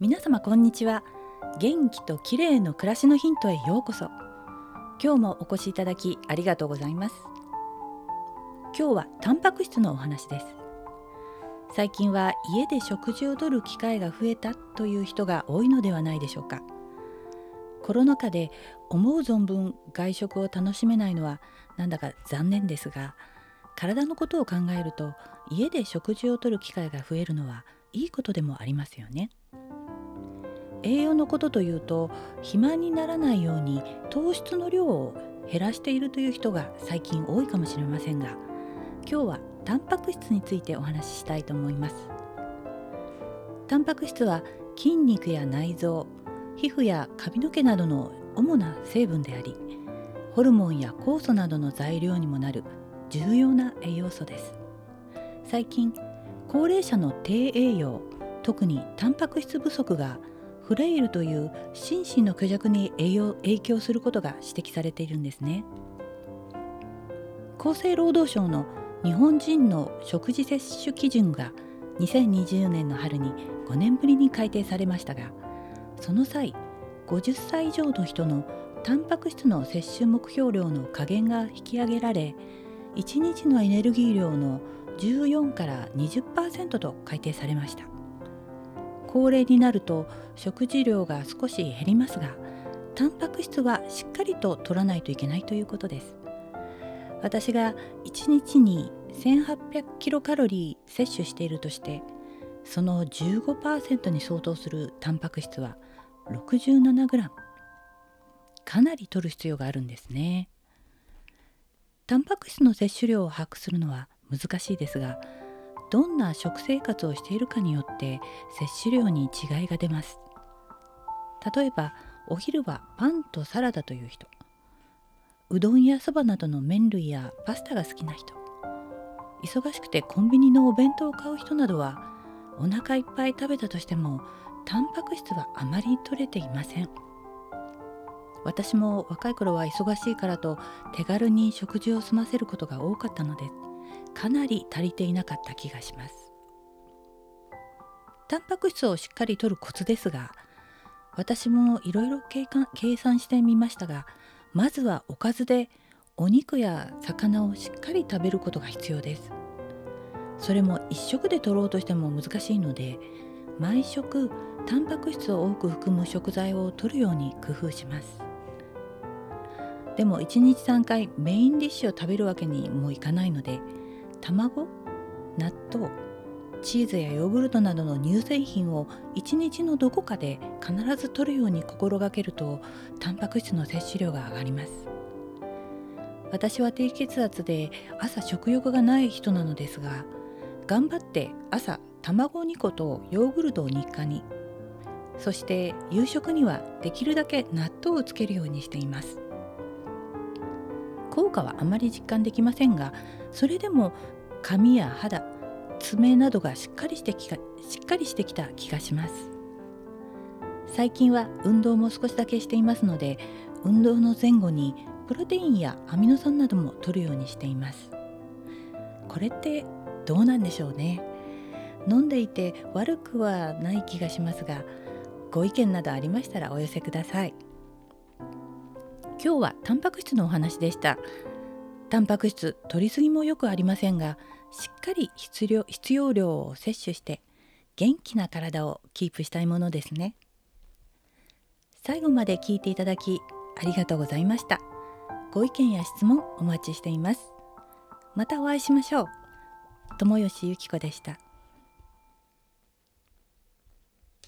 皆様こんにちは。元気と綺麗の暮らしのヒントへようこそ。今日もお越しいただきありがとうございます。今日はタンパク質のお話です。最近は家で食事をとる機会が増えたという人が多いのではないでしょうか。コロナ禍で思う存分外食を楽しめないのはなんだか残念ですが、体のことを考えると家で食事をとる機会が増えるのはいいことでもありますよね。栄養のことというと、肥満にならないように糖質の量を減らしているという人が最近多いかもしれませんが、今日はタンパク質についてお話ししたいと思います。タンパク質は筋肉や内臓、皮膚や髪の毛などの主な成分であり、ホルモンや酵素などの材料にもなる重要な栄養素です。最近、高齢者の低栄養、特にタンパク質不足がフレイルという心身の虚弱に影響することが指摘されているんですね。厚生労働省の日本人の食事摂取基準が2020年の春に5年ぶりに改定されましたが、その際50歳以上の人のタンパク質の摂取目標量の下限が引き上げられ、1日のエネルギー量の14から 20% と改定されました。高齢になると食事量が少し減りますが、タンパク質はしっかりと摂らないといけないということです。私が1日に1800キロカロリー摂取しているとして、その 15% に相当するタンパク質は67グラム。かなり摂る必要があるんですね。タンパク質の摂取量を把握するのは難しいですが、どんな食生活をしているかによって摂取量に違いが出ます。例えばお昼はパンとサラダという人、うどんやそばなどの麺類やパスタが好きな人、忙しくてコンビニのお弁当を買う人などは、お腹いっぱい食べたとしてもタンパク質はあまり摂れていません。私も若い頃は忙しいからと手軽に食事を済ませることが多かったので、かなり足りていなかった気がします。タンパク質をしっかり摂るコツですが、私もいろいろ計算してみましたが、まずはおかずでお肉や魚をしっかり食べることが必要です。それも一食で摂ろうとしても難しいので、毎食タンパク質を多く含む食材を摂るように工夫します。でも1日3回メインディッシュを食べるわけにもいかないので、卵、納豆、チーズやヨーグルトなどの乳製品を1日のどこかで必ず摂るように心がけると、タンパク質の摂取量が上がります。私は低血圧で朝食欲がない人なのですが、頑張って朝卵2個とヨーグルトを日課に、そして夕食にはできるだけ納豆をつけるようにしています。効果はあまり実感できませんが、それでも髪や肌、爪などがしっかりしてきた気がします。最近は運動も少しだけしていますので、運動の前後にプロテインやアミノ酸なども摂るようにしています。これってどうなんでしょうね。飲んでいて悪くはない気がしますが、ご意見などありましたらお寄せください。今日はタンパク質のお話でした。タンパク質摂りすぎもよくありませんが、しっかり必要量を摂取して元気な体をキープしたいものですね。最後まで聞いていただきありがとうございました。ご意見や質問お待ちしています。またお会いしましょう。友吉ゆき子でした。